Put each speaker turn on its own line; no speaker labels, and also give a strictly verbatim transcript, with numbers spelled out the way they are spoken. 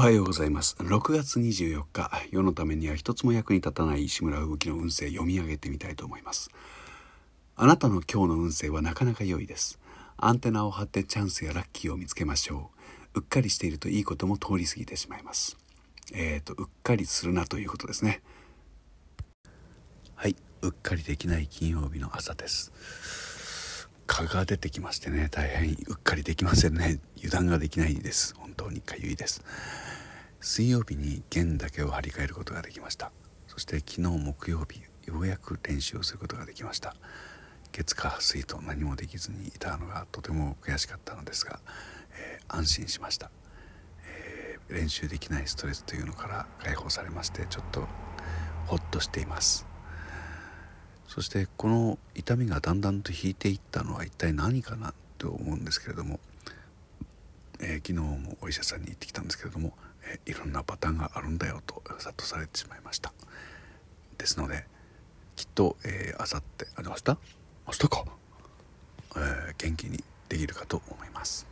おはようございます。ろくがつにじゅうよっか、世のためには一つも役に立たない石村吹雪の運勢読み上げてみたいと思います。あなたの今日の運勢はなかなか良いです。アンテナを張ってチャンスやラッキーを見つけましょう。うっかりしているといいことも通り過ぎてしまいます。えーとうっかりするなということですね。はい、うっかりできない金曜日の朝です。蚊が出てきましてね、大変うっかりできませんね。油断ができないです。本当にかゆいです。水曜日に弦だけを張り替えることができました。そして昨日木曜日、ようやく練習をすることができました。月火水と何もできずにいたのがとても悔しかったのですが、えー、安心しました、えー、練習できないストレスというのから解放されまして、ちょっとほっとしています。そしてこの痛みがだんだんと引いていったのは一体何かなと思うんですけれども、えー、昨日もお医者さんに行ってきたんですけれども、えー、いろんなパターンがあるんだよと諭されてしまいました。ですのできっと、えー、明後日あ明日明日か、えー、元気にできるかと思います。